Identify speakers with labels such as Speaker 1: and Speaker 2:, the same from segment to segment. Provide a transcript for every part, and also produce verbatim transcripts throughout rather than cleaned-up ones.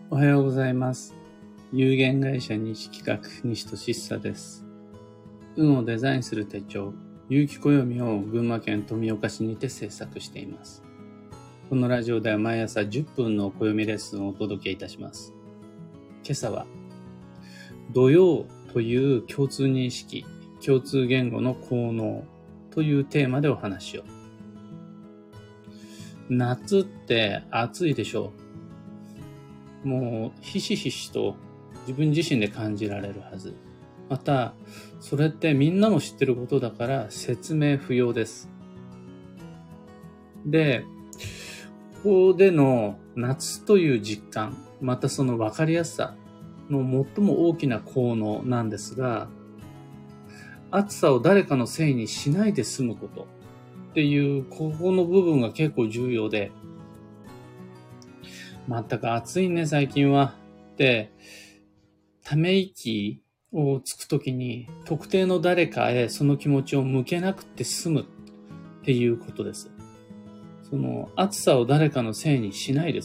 Speaker 1: おはようございます。有限会社西企画西俊久です。運をデザインする手帳、有機暦を群馬県富岡市にて制作しています。このラジオでは毎朝じゅっぷんの暦レッスンをお届けいたします。今朝は、土曜という共通認識、共通言語の効能というテーマでお話を。夏って暑いでしょう。もうひしひしと自分自身で感じられるはず。また、それってみんなも知ってることだから説明不要です。で、ここでの夏という実感、またその分かりやすさの最も大きな効能なんですが、暑さを誰かのせいにしないで済むことっていう、ここの部分が結構重要で、全く暑いね最近はってため息をつくときに特定の誰かへその気持ちを向けなくて済むっていうことです。その暑さを誰かのせいにしないです。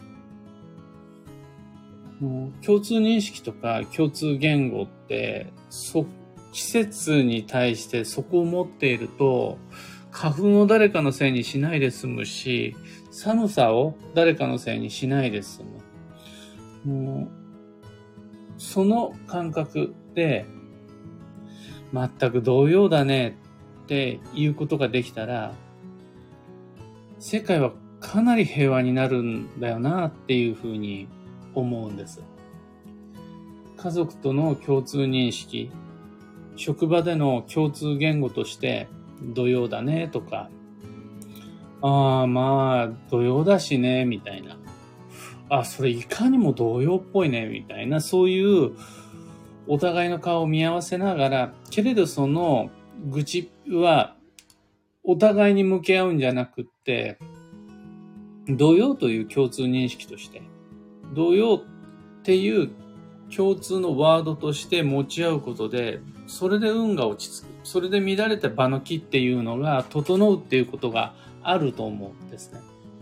Speaker 1: 共通認識とか共通言語ってそ季節に対してそこを持っていると、花粉を誰かのせいにしないで済むし、寒さを誰かのせいにしないで済む。もうその感覚で全く同様だねっていうことができたら、世界はかなり平和になるんだよなっていうふうに思うんです。家族との共通認識、職場での共通言語として土曜だねとか、ああまあ土曜だしねみたいな、あそれいかにも土曜っぽいねみたいな、そういうお互いの顔を見合わせながら、けれどその愚痴はお互いに向き合うんじゃなくって、土曜という共通認識として、土曜っていう共通のワードとして持ち合うことで、それで運が落ち着く。それで乱れた場の木っていうのが整うっていうことがあると思うんですね。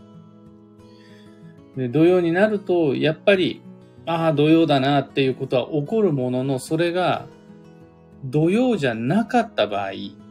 Speaker 1: で、土曜になると、やっぱり、ああ、土曜だなっていうことは起こるものの、それが土曜じゃなかった場合、例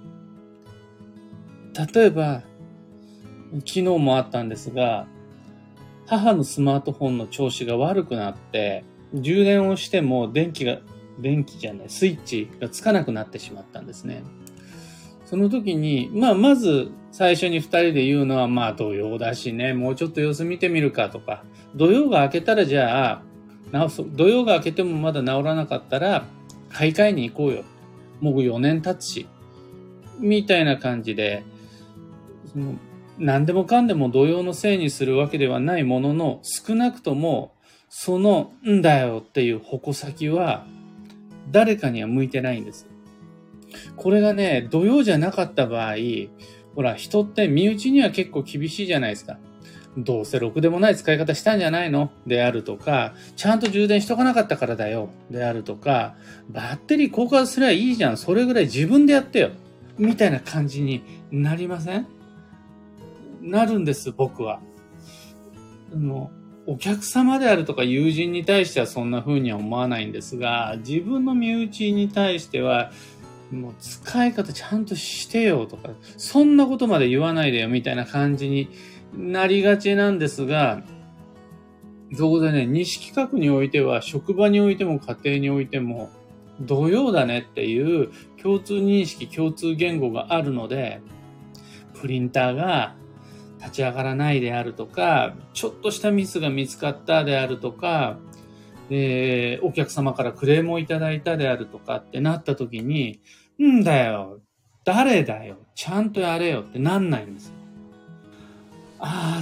Speaker 1: えば、昨日もあったんですが、母のスマートフォンの調子が悪くなって、充電をしても電気が、電気じゃない、スイッチがつかなくなってしまったんですね。その時に、まあ、まず最初に二人で言うのは、まあ、土曜だしね、もうちょっと様子見てみるかとか、土曜が明けたらじゃあ、土曜が明けてもまだ治らなかったら、買い替えに行こうよ。もうよねん経つし。みたいな感じで、その何でもかんでも土曜のせいにするわけではないものの、少なくとも、その、んだよっていう矛先は、誰かには向いてないんです。これがね、土曜じゃなかった場合、ほら、人って身内には結構厳しいじゃないですか。どうせろくでもない使い方したんじゃないのであるとか、ちゃんと充電しとかなかったからだよであるとか、バッテリー交換すればいいじゃん、それぐらい自分でやってよみたいな感じになりません？なるんです、僕は。あのお客様であるとか友人に対してはそんな風には思わないんですが、自分の身内に対してはもう使い方ちゃんとしてよとか、そんなことまで言わないでよみたいな感じになりがちなんですが、そこでね、西企画においては、職場においても家庭においても、土曜だねっていう共通認識、共通言語があるので、プリンターが立ち上がらないであるとか、ちょっとしたミスが見つかったであるとか、えー、お客様からクレームをいただいたであるとかってなった時に、んだよ、誰だよ、ちゃんとやれよってなんないんですよ。あーって、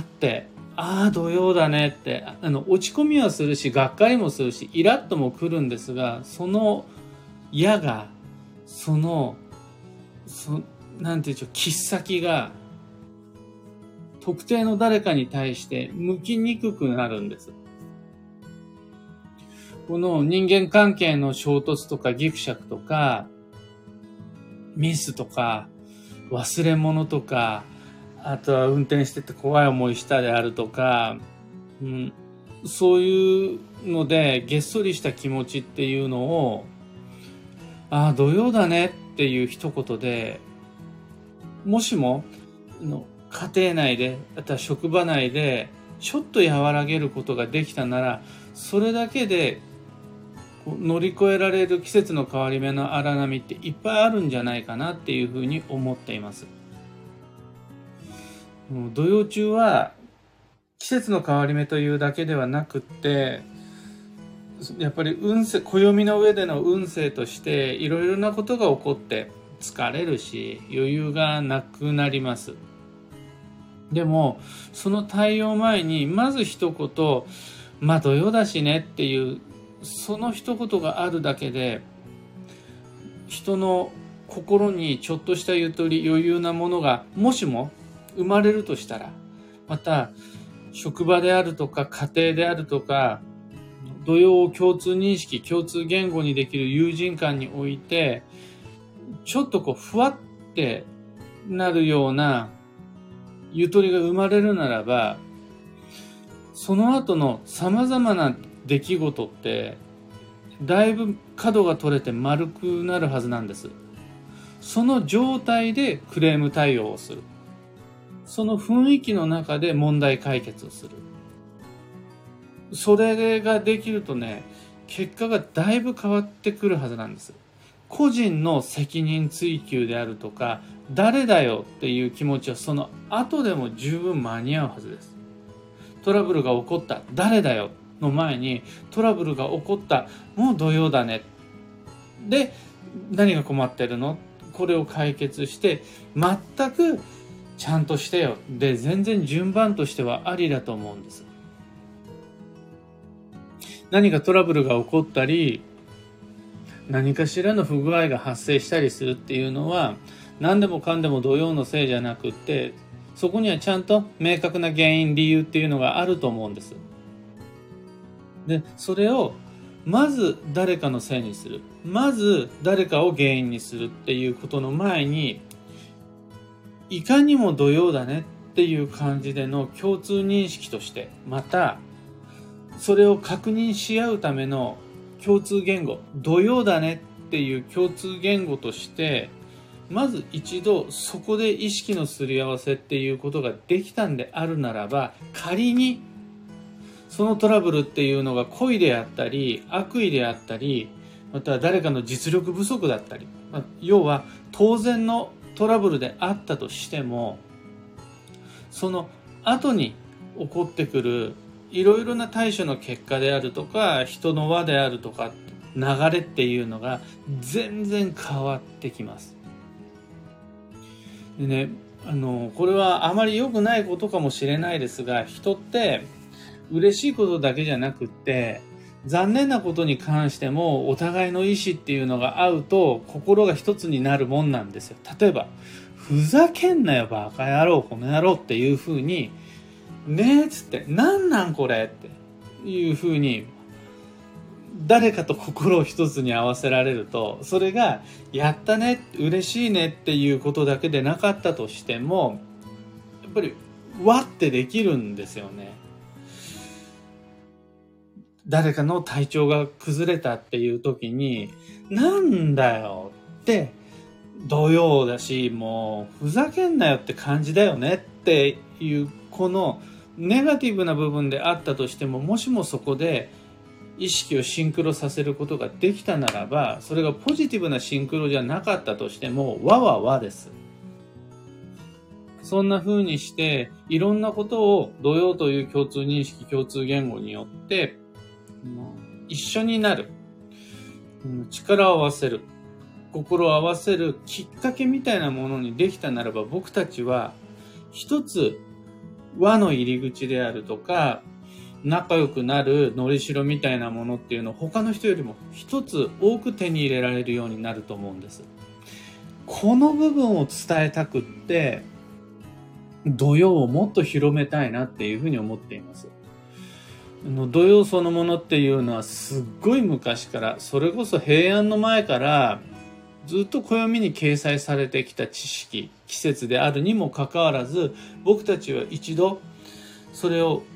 Speaker 1: ああ土曜だねって、あの落ち込みはするし、がっかりもするし、イラッとも来るんですが、その矢が、その、そなんていうんでしょう、切っ先が特定の誰かに対して向きにくくなるんです。この人間関係の衝突とかギクシャクとかミスとか忘れ物とか、あとは運転してて怖い思いしたであるとか、うん、 そういうのでげっそりした気持ちっていうのを、ああ土曜だねっていう一言で、もしもの家庭内で、あとは職場内でちょっと和らげることができたなら、それだけで乗り越えられる季節の変わり目の荒波っていっぱいあるんじゃないかなっていうふうに思っています。土曜中は季節の変わり目というだけではなくって、やっぱり運勢、暦の上での運勢としていろいろなことが起こって疲れるし余裕がなくなります。でもその対応前にまず一言、まあ土曜だしねっていうその一言があるだけで、人の心にちょっとしたゆとり余裕なものがもしも生まれるとしたら、また職場であるとか家庭であるとか、土曜を共通認識共通言語にできる友人間においてちょっとこうふわってなるようなゆとりが生まれるならば、その後の様々な出来事ってだいぶ角が取れて丸くなるはずなんです。その状態でクレーム対応をする。その雰囲気の中で問題解決をする。それができるとね、結果がだいぶ変わってくるはずなんです。個人の責任追及であるとか、誰だよっていう気持ちはその後でも十分間に合うはずです。トラブルが起こった、誰だよの前に、トラブルが起こった、もう土曜だね。で、何が困ってるの？これを解決して、全くちゃんとしてよ。で、全然順番としてはありだと思うんです。何かトラブルが起こったり、何かしらの不具合が発生したりするっていうのは、何でもかんでも土曜のせいじゃなくって、そこにはちゃんと明確な原因、理由っていうのがあると思うんです。で、それをまず誰かのせいにする。まず誰かを原因にするっていうことの前に、いかにも土曜だねっていう感じでの共通認識として、また、それを確認し合うための共通言語、土曜だねっていう共通言語として、まず一度そこで意識のすり合わせっていうことができたんであるならば、仮にそのトラブルっていうのが故意であったり、悪意であったり、または誰かの実力不足だったり、要は当然のトラブルであったとしても、その後に起こってくるいろいろな対処の結果であるとか、人の輪であるとか、流れっていうのが全然変わってきます。でね、あの、これはあまり良くないことかもしれないですが、人って嬉しいことだけじゃなくって、残念なことに関してもお互いの意思っていうのが合うと心が一つになるもんなんですよ。例えば、ふざけんなよバカ野郎この野郎っていう風に、ねえっつって、なんなんこれっていう風に、誰かと心を一つに合わせられると、それが、やったね、嬉しいねっていうことだけでなかったとしても、やっぱり、わってできるんですよね。誰かの体調が崩れたっていう時に、なんだよって、土曜だし、もう、ふざけんなよって感じだよねっていう、この、ネガティブな部分であったとしても、もしもそこで意識をシンクロさせることができたならば、それがポジティブなシンクロじゃなかったとしても、和は和です。そんな風にして、いろんなことを土曜という共通認識、共通言語によって、一緒になる。力を合わせる。心を合わせるきっかけみたいなものにできたならば、僕たちは一つ輪の入り口であるとか、仲良くなるのりしろみたいなものっていうのを他の人よりも一つ多く手に入れられるようになると思うんです。この部分を伝えたくって、土曜をもっと広めたいなっていうふうに思っています。土曜そのものっていうのはすっごい昔から、それこそ平安の前からずっと暦に掲載されてきた知識、季節であるにもかかわらず、僕たちは一度それを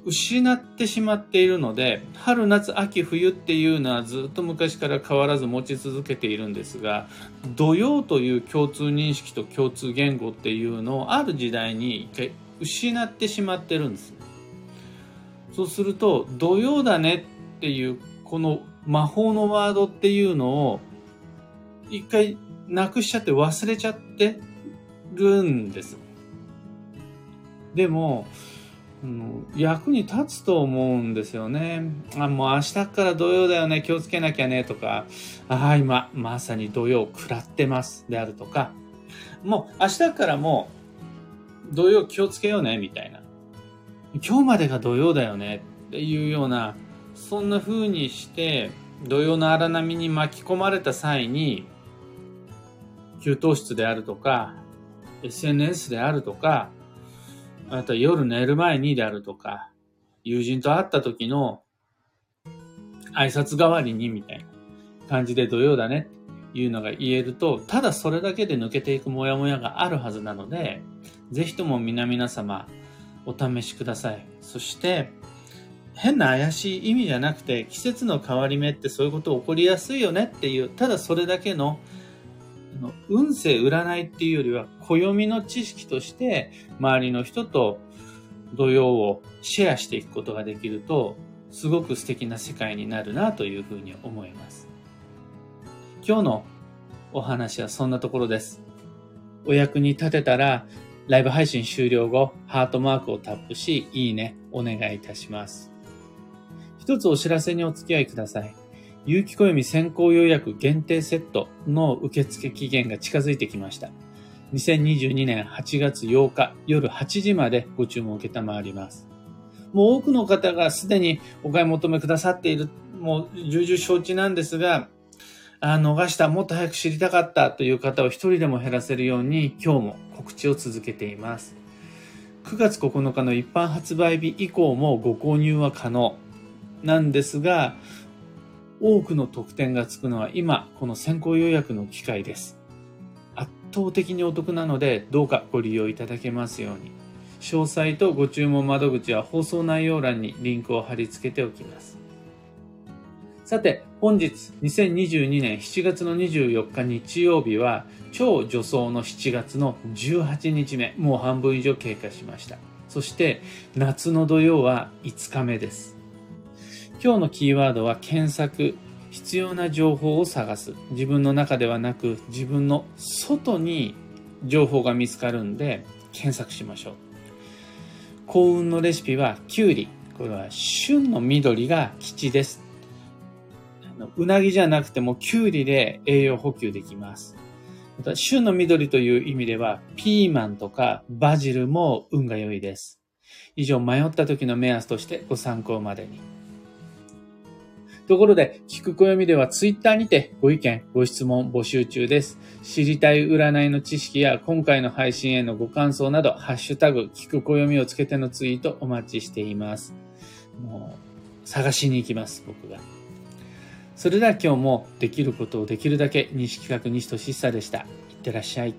Speaker 1: 失ってしまっているので、春夏秋冬っていうのはずっと昔から変わらず持ち続けているんですが、土曜という共通認識と共通言語っていうのをある時代に一回失ってしまってるんです。そうすると、土曜だねっていうこの魔法のワードっていうのを一回なくしちゃって忘れちゃってるんです。でも、うん、役に立つと思うんですよね。あ、もう明日から土曜だよね、気をつけなきゃねとか、ああ、今まさに土曜食らってますであるとか、もう明日からもう土曜気をつけようねみたいな、今日までが土曜だよねっていうような、そんな風にして土曜の荒波に巻き込まれた際に、給湯室であるとか エスエヌエス であるとか、あとは夜寝る前にであるとか、友人と会った時の挨拶代わりにみたいな感じで土曜だねっていうのが言えると、ただそれだけで抜けていくモヤモヤがあるはずなので、ぜひとも皆々様お試しください。そして変な怪しい意味じゃなくて、季節の変わり目ってそういうこと起こりやすいよねっていう、ただそれだけの運勢占いっていうよりは暦の知識として周りの人と土曜をシェアしていくことができると、すごく素敵な世界になるなというふうに思います。今日のお話はそんなところです。お役に立てたらライブ配信終了後ハートマークをタップし、いいねお願いいたします。一つお知らせにお付き合いください。有機暦先行予約限定セットの受付期限が近づいてきました。にせんにじゅうにねんはちがつようか夜はちじまでご注文を受けたまわります。もう多くの方がすでにお買い求めくださっている、もう重々承知なんですが、あ逃した、もっと早く知りたかったという方を一人でも減らせるように今日も告知を続けています。くがつここのかの一般発売日以降もご購入は可能なんですが、多くの特典がつくのは今この先行予約の機会です。圧倒的にお得なので、どうかご利用いただけますように。詳細とご注文窓口は放送内容欄にリンクを貼り付けておきます。さて、本日にせんにじゅうにねんしちがつのにじゅうよっか日曜日は超助走のしちがつのじゅうはちにちめ、もう半分以上経過しました。そして夏の土曜はいつかめです。今日のキーワードは検索、必要な情報を探す。自分の中ではなく自分の外に情報が見つかるんで検索しましょう。幸運のレシピはきゅうり。これは旬の緑が吉です。うなぎじゃなくてもきゅうりで栄養補給できます。また旬の緑という意味ではピーマンとかバジルも運が良いです。以上、迷った時の目安としてご参考までに。ところで、聞く暦ではツイッターにてご意見、ご質問募集中です。知りたい占いの知識や今回の配信へのご感想など、ハッシュタグ、聞く暦をつけてのツイートお待ちしています。もう、探しに行きます、僕が。それでは今日もできることをできるだけ、西企画西俊久でした。いってらっしゃい。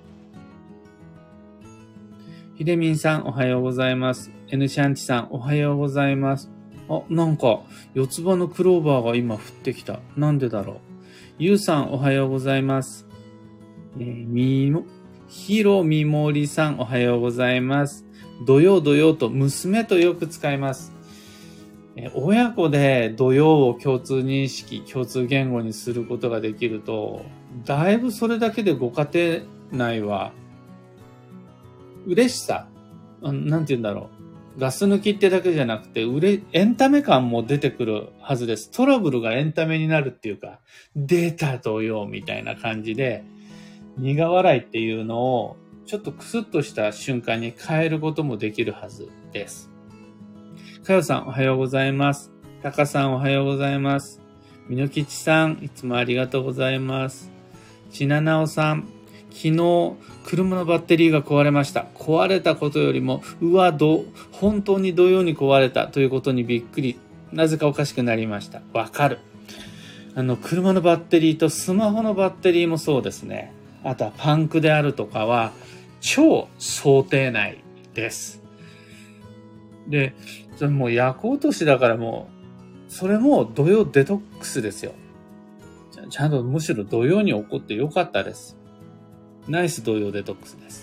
Speaker 1: ひでみんさん、おはようございます。N シャンチさん、おはようございます。あ、なんか、四つ葉のクローバーが今降ってきた。なんでだろう。ゆうさん、おはようございます。えー、みも、ひろみもりさん、おはようございます。土曜土曜と娘とよく使います。えー、親子で土曜を共通認識、共通言語にすることができると、だいぶそれだけでご家庭内は、嬉しさ、なんて言うんだろう。ガス抜きってだけじゃなくて、売れ、エンタメ感も出てくるはずです。トラブルがエンタメになるっていうか、出た土曜みたいな感じで、苦笑いっていうのを、ちょっとクスッとした瞬間に変えることもできるはずです。かよさん、おはようございます。たかさん、おはようございます。みのきちさん、いつもありがとうございます。ちななおさん、昨日、車のバッテリーが壊れました。壊れたことよりも、うわ、ど、本当に土曜に壊れたということにびっくり、なぜかおかしくなりました。わかる。あの、車のバッテリーとスマホのバッテリーもそうですね。あとはパンクであるとかは、超想定内です。で、 それもう役落としだからもう、それも土曜デトックスですよ。ちゃんとむしろ土曜に起こってよかったです。ナイス土曜デトックスです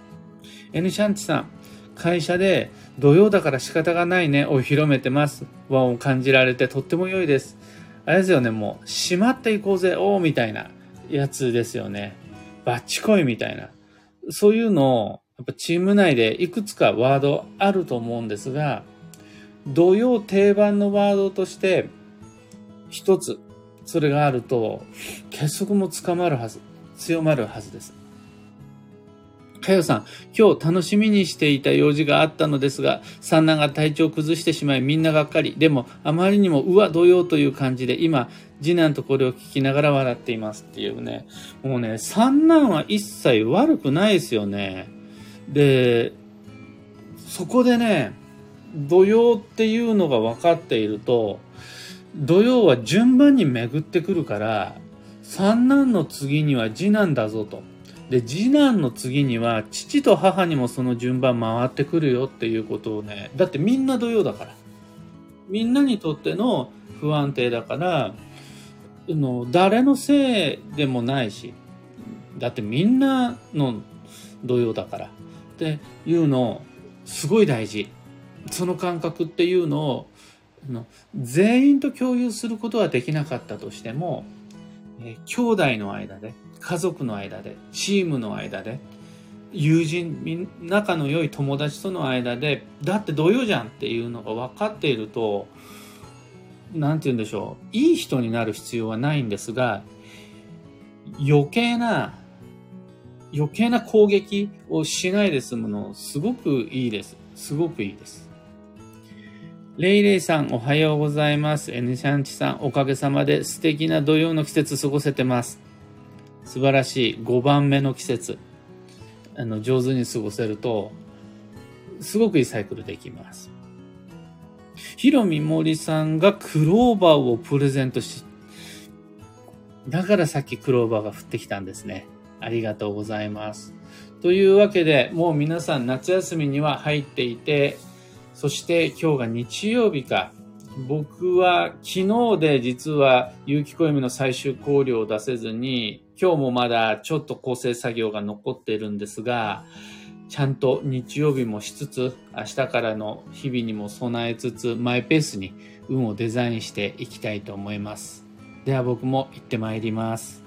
Speaker 1: 。N シャンチさん、会社で土曜だから仕方がないねを広めてます和を感じられてとっても良いです。あれですよね、もうしまっていこうぜおーみたいなやつですよね。バッチコイみたいな、そういうのをやっぱチーム内でいくつかワードあると思うんですが、土曜定番のワードとして一つそれがあると結束もつかまるはず、強まるはずです。かよさん、今日楽しみにしていた用事があったのですが、三男が体調を崩してしまいみんながっかり。でもあまりにもうわ土曜という感じで今次男とこれを聞きながら笑っていますっていうね。もうね、三男は一切悪くないですよね。で、そこでね、土曜っていうのが分かっていると、土曜は順番に巡ってくるから、三男の次には次男だぞと。で、次男の次には父と母にもその順番回ってくるよっていうことをね、だってみんな土曜だから。みんなにとっての不安定だから、の誰のせいでもないし、だってみんなの土曜だからっていうのすごい大事。その感覚っていうのを全員と共有することはできなかったとしても、えー、兄弟の間で、家族の間で、チームの間で、友人、仲の良い友達との間で、だって土曜じゃんっていうのが分かっていると、なんて言うんでしょう、いい人になる必要はないんですが、余計な余計な攻撃をしないで済むのすごくいいです。すごくいいです。レイレイさんおはようございます。N シャンチさんおかげさまで素敵な土曜の季節過ごせてます。素晴らしいごばんめの季節。あの上手に過ごせるとすごくいいサイクルできます。ヒロミモリさんがクローバーをプレゼントし、だからさっきクローバーが降ってきたんですね。ありがとうございます。というわけで、もう皆さん夏休みには入っていて、そして今日が日曜日か。僕は昨日で実は有機暦の最終考慮を出せずに、今日もまだちょっと構成作業が残っているんですが、ちゃんと日曜日もしつつ、明日からの日々にも備えつつ、マイペースに運をデザインしていきたいと思います。では僕も行ってまいります。